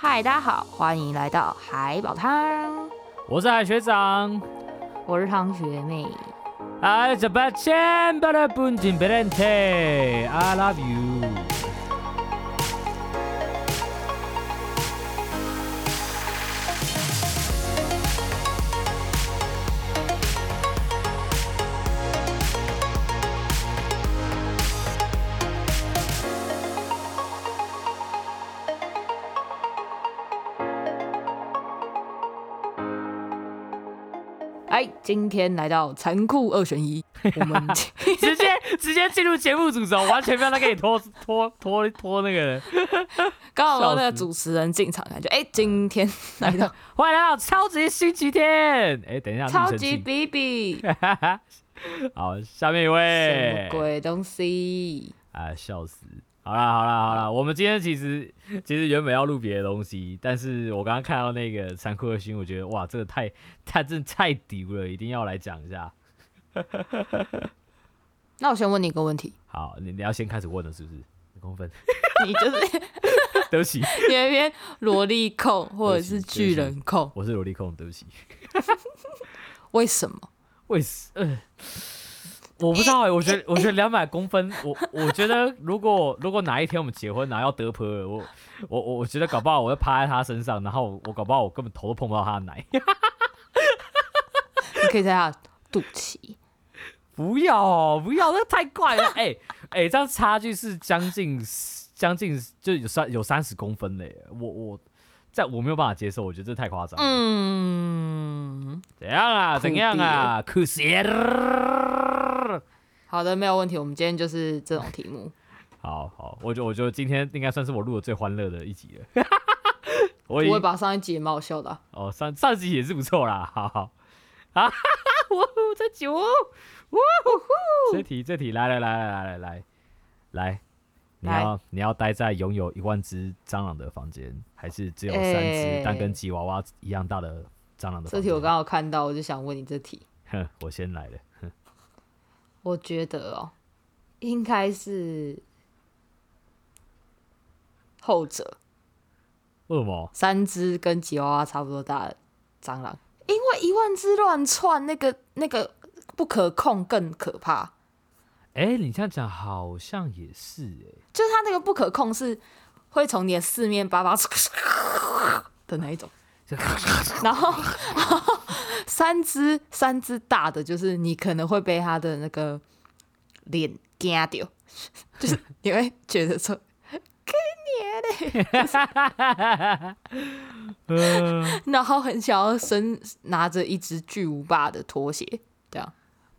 嗨，大家好，欢迎来到海宝汤， 我是海学长， 我是汤学妹。 I love you。 今天来到残酷2选1，我们直接进入节目主轴，完全没有在给你拖那个。 刚好那个主持人进场，感觉今天来到欢迎来到超级星期天。等一下， 超級 BB。 好，下面一位。 什么鬼东西？ 笑死！好啦，我们今天其实原本要录别的东西，但是我刚刚看到那个残酷的新闻，我觉得哇，这个真的太屌了，一定要来讲一下。 那我先问你一个问题。 好，你要先开始问了是不是？公分？ 你就是对不起， 你那边萝莉控或者是巨人控？ 我是萝莉控，对不起。 为什么？ 我不知道我觉得200公分，我觉得如果哪一天我们结婚，然后要得婆了，我觉得搞不好我会趴在他身上，然后我搞不好我根本头都碰不到他的奶。 你可以在他的肚脐。 不要，那太怪了。这样差距是将近就有30公分嘞。我没有办法接受，我觉得这太夸张。怎样啊？可惜。 好的，没有问题。我们今天就是这种题目。 好，我觉得今天应该算是我录的最欢乐的一集了。 我会把上一集也蛮好笑的。 上集也是不错啦。好，这集这题来，你要待在拥有1万只蟑螂的房间，还是只有3只但跟吉娃娃一样大的蟑螂的房间？ 这题我刚好看到，我就想问你这题。 我先来了。 我觉得应该是后者。 为什么 ？3只跟吉娃娃差不多大的蟑螂，因为1万只乱窜，那个不可控更可怕。 你这样讲好像也是就是它那个不可控是会从你的四面八方的那一种，然后三只大的，就是你可能会被它的那个脸惊掉，就是你会觉得说给你嘞，然后很想要拿着一只巨无霸的拖鞋，这样。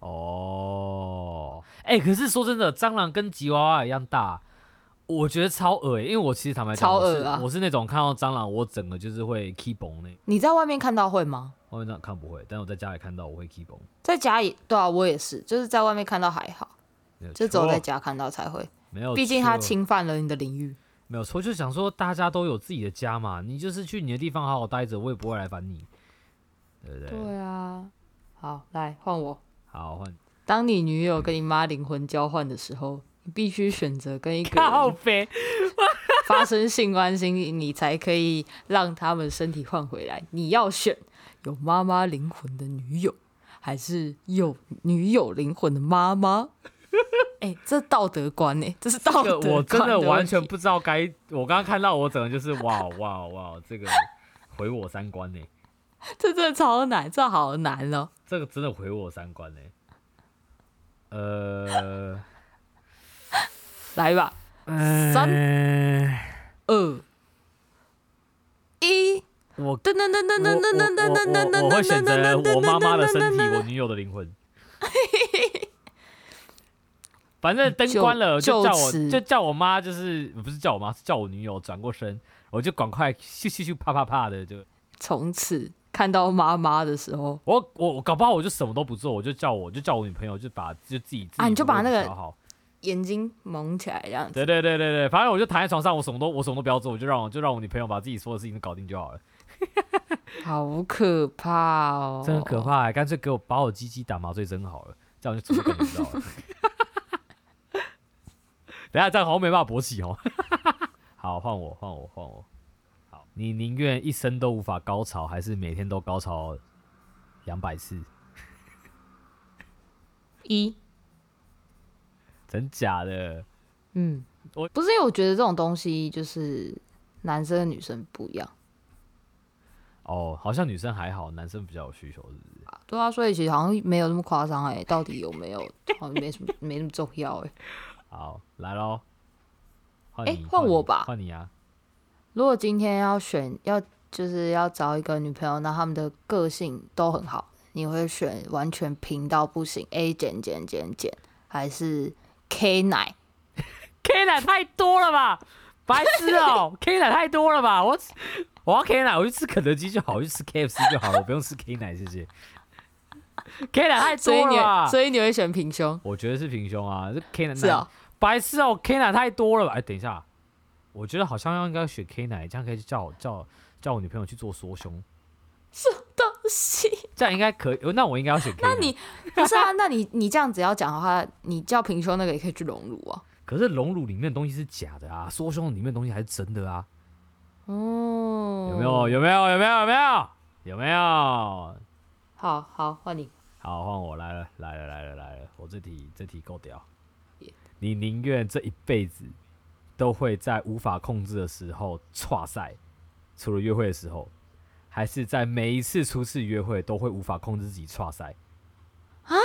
可是说真的，蟑螂跟吉娃娃一样大，我觉得超恶因为我其实坦白讲，我是那种看到蟑螂我整个就是会 keep on 那。 你在外面看到会吗？ 外面看不会，但我在家里看到我会 keep on。 在家里，对啊，我也是，就是在外面看到还好，就只有在家看到才会。 没有， 毕竟它侵犯了你的领域。 没有错，就想说大家都有自己的家嘛，你就是去你的地方好好待着，我也不会来烦你，对不对？ 对啊。好，来换我。 好，换。 当你女友跟你妈灵魂交换的时候，你必须选择跟一个人发生性关系，你才可以让他们身体换回来。你要选有妈妈灵魂的女友，还是有女友灵魂的妈妈？这道德观这是道德观的问题。 我真的完全不知道该。我刚刚看到，我整个就是哇，这个毁我3观呢。 这真的超难，这好难哦。 这个真的毁我3观呢。 来吧，3、2、1， 我会选择我妈妈的身体，我女友的灵魂。反正灯关了，就叫我妈，就是不是叫我妈，是叫我女友转过身，我就赶快咻啪啪啪的就。 从此看到妈妈的时候， 我搞不好我就什么都不做，我就叫我女朋友就自己你就把那个眼睛蒙起来这样子。 对，反正我就躺在床上，我什么都不要做，我就让我女朋友把自己所有事情都搞定就好了。 好可怕哦！ 真的很可怕干脆把我鸡鸡打麻醉针好了，这样就什么感觉到了。等一下这样好像没办法勃起哦。好，换我。好， 你宁愿一生都无法高潮，还是每天都高潮200次？真假的？ 不是因为我觉得这种东西就是男生跟女生不一样。 哦，好像女生还好，男生比较有需求，是不是？ 对啊，所以其实好像没有那么夸张到底有没有，好像没那么重要好，来咯， 换我吧， 换你啊！ 如果今天就是要找一个女朋友，那他们的个性都很好，你会选完全平到不行 A 减，还是 K 奶 ？K 奶太多了吧，白痴哦！K 奶太多了吧，我要 K 奶，我去吃肯德基就好，我去吃 KFC 就好了，我不用吃 K 奶，谢谢。K 奶太多了吧， 所以你会选平胸？ 我觉得是平胸啊，这 K 奶是啊， 白痴哦 ，K 奶太多了吧？等一下。我觉得好像应该选 K 奶，这样可以叫我女朋友去做缩胸。 什么东西？ 这样应该可以。那我应该要选 K 奶。 那你不是啊？那你这样子要讲的话，你叫平胸那个也可以去隆乳啊。 可是隆乳里面的东西是假的啊，缩胸里面的东西还是真的啊。 哦， 有没有？ 好，换你。 好，换我来了。我这题够屌。你宁愿这一辈子都会在无法控制的时候剉赛，除了约会的时候，还是在每一次初次约会都会无法控制自己剉赛？ 啊？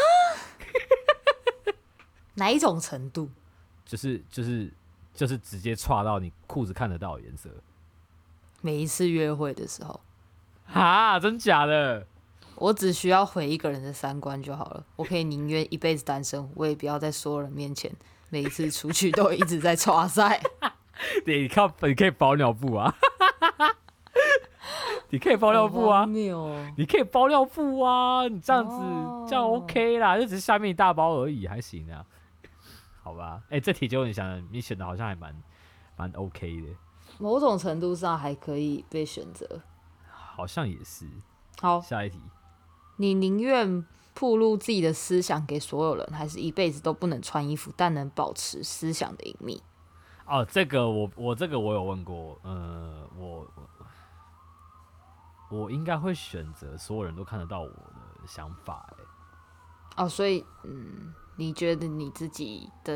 哪一种程度？ 就是直接剉到你裤子看得到的颜色。 每一次约会的时候。 哈，真假的？ 我只需要毁一个人的三观就好了。我可以宁愿一辈子单身，我也不要在所有人面前每一次出去都一直在剉赛。 你可以包尿布啊，你可以包尿布啊，你可以包尿布啊，你这样子、这样 OK 啦，就只是下面一大包而已，还行啊，好吧？这题就你选的好像还蛮 OK 的， 某种程度上还可以被选择， 好像也是。 好， 下一题，你宁愿暴露自己的思想给所有人，还是一辈子都不能穿衣服，但能保持思想的隐秘？ 哦，这个我有问过，我应该会选择所有人都看得到我的想法， 哦，所以你觉得你自己的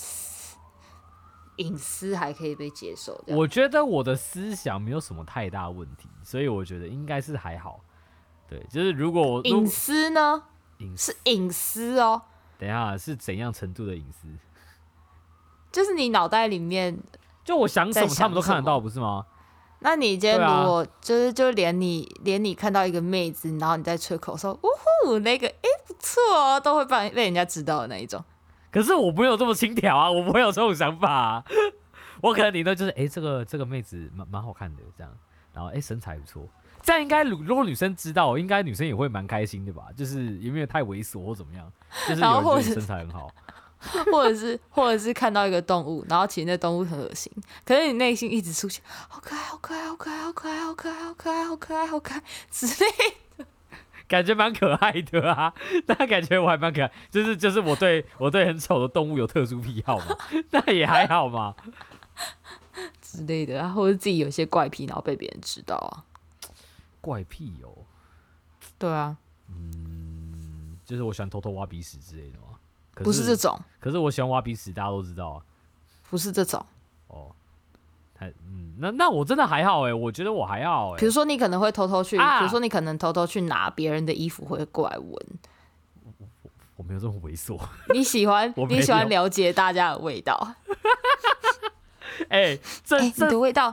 隐私还可以被接受？ 我觉得我的思想没有什么太大问题，所以我觉得应该是还好。对，就是如果隐私呢？是隐私哦。 等一下，是怎样程度的隐私？ 就是你脑袋里面， 就我想什么，他们都看得到，不是吗？ 那你今天如果就连你看到一个妹子，然后你在吹口哨，呜呼，那个不错哦，都会被人家知道的那一种。 可是我没有这么轻佻啊，我不会有这种想法啊。我可能顶多就是这个妹子蛮好看的这样，然后身材不错，这样应该如果女生知道，应该女生也会蛮开心的吧？就是有没有太猥琐或怎么样？就是有人觉得你身材很好。 或者是看到一个动物，然后其实那动物很恶心，可是你内心一直出现好可爱、好可爱、好可爱、好可爱、好可爱、好可爱、好可爱、好可爱之类的， 感觉蛮可爱的啊。那感觉我还蛮可爱，就是我对很丑的动物有特殊癖好嘛，那也还好嘛之类的，或者自己有些怪癖，然后被别人知道啊。 怪癖哦？ 对啊， 就是我喜欢偷偷挖鼻屎之类的嘛。 不是这种， 可是我喜欢挖鼻屎，大家都知道啊。 不是这种哦，那我真的还好我觉得我还好比如说你可能会偷偷去，比如说你可能偷偷去拿别人的衣服，会过来闻。 我没有这么猥琐。 你喜欢了解大家的味道。你的味道。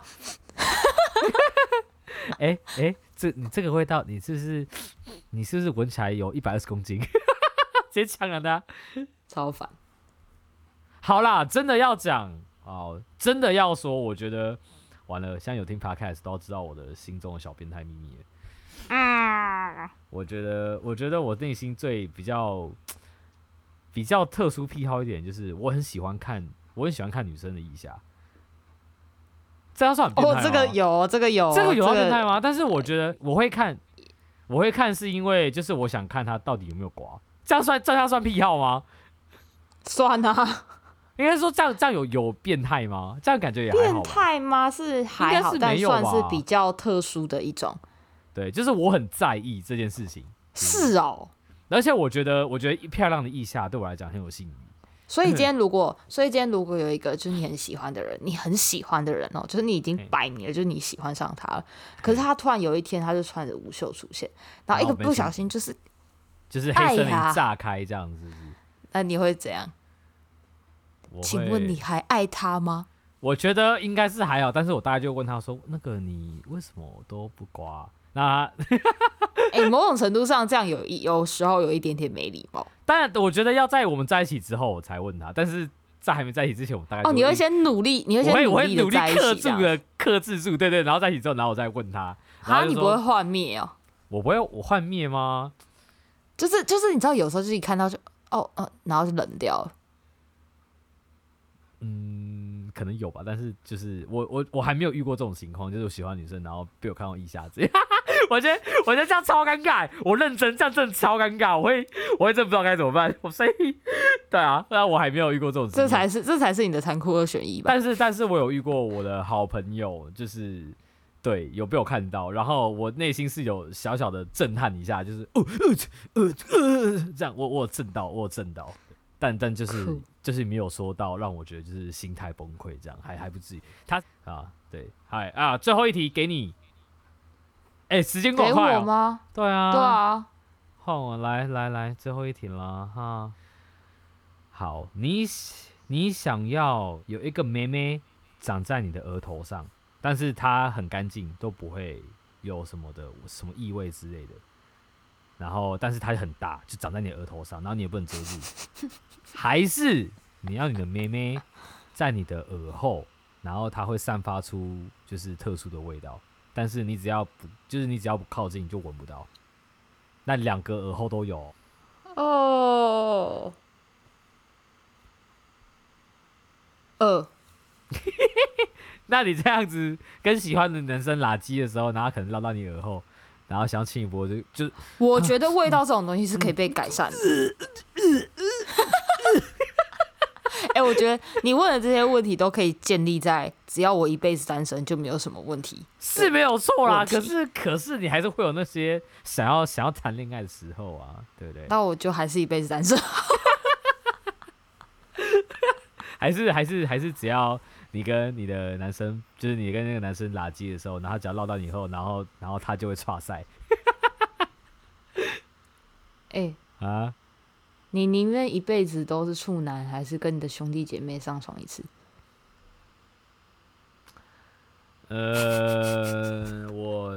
你这个味道，你是不是闻起来有120公斤？直接呛了他， 超烦。 好啦，真的要讲哦，真的要说，我觉得完了，现在有听 podcast 都要知道我的心中的小变态秘密了。我觉得我内心比较特殊癖好一点，就是我很喜欢看女生的腋下。这样算很变态吗？ 这个有要变态吗？但是我觉得我会看是因为就是我想看他到底有没有刮。这样算癖好吗？ 算啊。 应该说这样有变态吗？这样感觉也还好吧。 变态吗？是还好，但算是比较特殊的一种。 对，就是我很在意这件事情。 是哦。 而且我觉得漂亮的腋下对我来讲很有吸引力。 所以今天如果有一个就是你很喜欢的人，你很喜欢的人哦，就是你已经摆明了就是你喜欢上他了，可是他突然有一天他就穿着无袖出现，然后一个不小心就是黑森林炸开这样子，是不是？ 那你会怎样？请问你还爱他吗？ 我觉得应该是还好，但是我大概就问他说：“那个你为什么都不刮？”那某种程度上这样有时候有一点点没礼貌。 当然，我觉得要在我们在一起之后我才问他，但是在还没在一起之前，我大概你会先努力， 我会努力在一起克制住，对，然后在一起之后，然后我再问他。 你不会幻灭哦？ 我不会，我幻灭吗？ 就是你知道，有时候就是一看到就然后就冷掉了。 可能有吧，但是就是我还没有遇过这种情况，就是我喜欢女生，然后被我看到腋下子，我觉得这样超尴尬，我认真这样真的超尴尬，我会真不知道该怎么办，所以对啊，我还没有遇过这种情况， 这才是你的残酷2选1吧？ 但是我有遇过我的好朋友，就是对有被我看到，然后我内心是有小小的震撼一下，就是这样，我有震到。但就是没有说到让我觉得就是心态崩溃这样，还不至于。对，最后一题给你。时间过快给我吗？ 对啊， 对啊。 换我来，最后一题了哈。好，你想要有一个妹妹长在你的额头上，但是她很干净，都不会有什么异味之类的。然后，但是它很大，就长在你的额头上，然后你也不能遮住。还是你要你的妹妹在你的耳后，然后它会散发出就是特殊的味道，但是你只要不靠近，你就闻不到。那2个耳后都有。那你这样子跟喜欢的男生拉鸡的时候，然后他可能绕到你耳后。然后想亲一波就我觉得味道这种东西是可以被改善的。我觉得你问的这些问题都可以建立在只要我一辈子单身就没有什么问题， 是没有错啦。可是你还是会有那些想要谈恋爱的时候啊，对不对？ 那我就还是一辈子单身。 还是只要你跟你的男生，就是你跟那个男生拉鸡的时候，然后他只要绕到你以后，然后他就会剉赛。 你宁愿一辈子都是处男，还是跟你的兄弟姐妹上床一次？ 我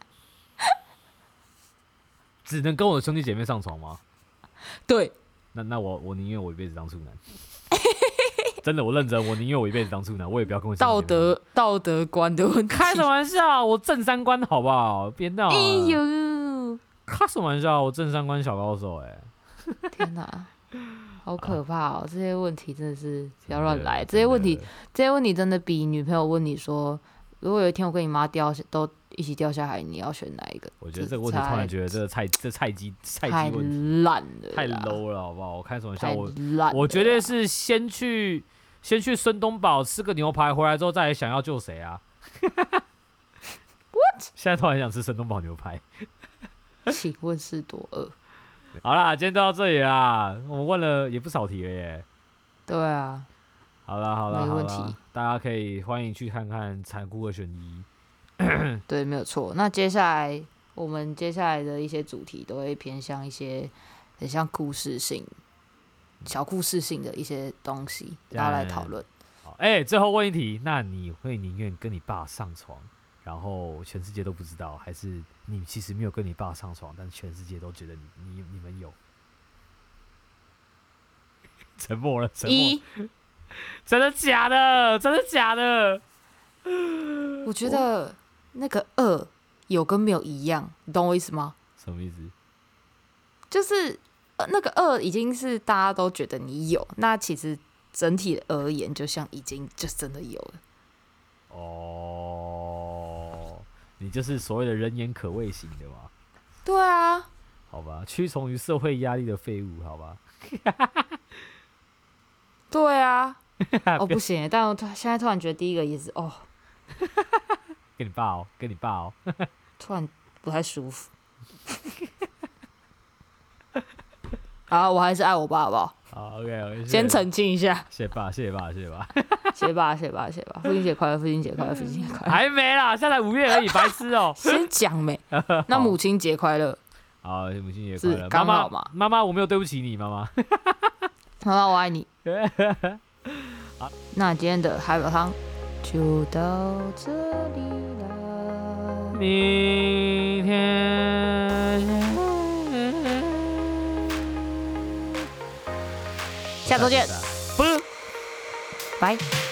只能跟我的兄弟姐妹上床吗？ 对。 那我宁愿我一辈子当处男。真的，我认真，我宁愿我一辈子当处男，我也不要跟我道德观的问题。 开什么玩笑，我正三观好不好？别闹！开什么玩笑，我正三观小高手天哪，好可怕哦！这些问题真的是不要乱来。这些问题真的比女朋友问你说，如果有一天我跟你妈都一起掉下海，你要选哪一个？ 我觉得这个问题突然觉得这菜鸡问题烂了， 太 low 了，好不好？我开什么玩笑？我绝对是先去孙东宝吃个牛排，回来之后再来想要救谁啊？What？ 现在突然想吃孙东宝牛排， 请问是多饿？ 好啦，今天就到这里啦。我们问了也不少题了耶。 对啊。 好啦， 没问题。 大家可以欢迎去看看《残酷2选1》。 对，没有错。那我们接下来的一些主题都会偏向一些很像小故事性的一些东西，大家来讨论。 最后问一题，那你会宁愿跟你爸上床，然后全世界都不知道，还是你其实没有跟你爸上床，但全世界都觉得你们有？沉默了。真的假的？ 我觉得那个2有跟没有一样，你懂我意思吗？ 什么意思？ 就是那个2已经是大家都觉得你有，那其实整体而言，就像已经就真的有了。 你就是所谓的人言可畏型的嘛？ 对啊。 好吧，屈从于社会压力的废物，好吧。 对啊， 哦，不行，但我现在突然觉得第一个也是哦， 跟你爸哦， 突然不太舒服。好，我还是爱我爸，好不好？ 好 ，OK， 先澄清一下。 谢谢爸。 谢爸，父亲节快乐，父亲节快乐。 还没啦，现在5月而已，白痴哦。 先讲没？那母亲节快乐。 好，母亲节快乐， 刚好嘛。 妈妈，我没有对不起你，妈妈。 妈妈，我爱你。好，那今天的海宝汤就到这里了。 明天， 下周见，拜。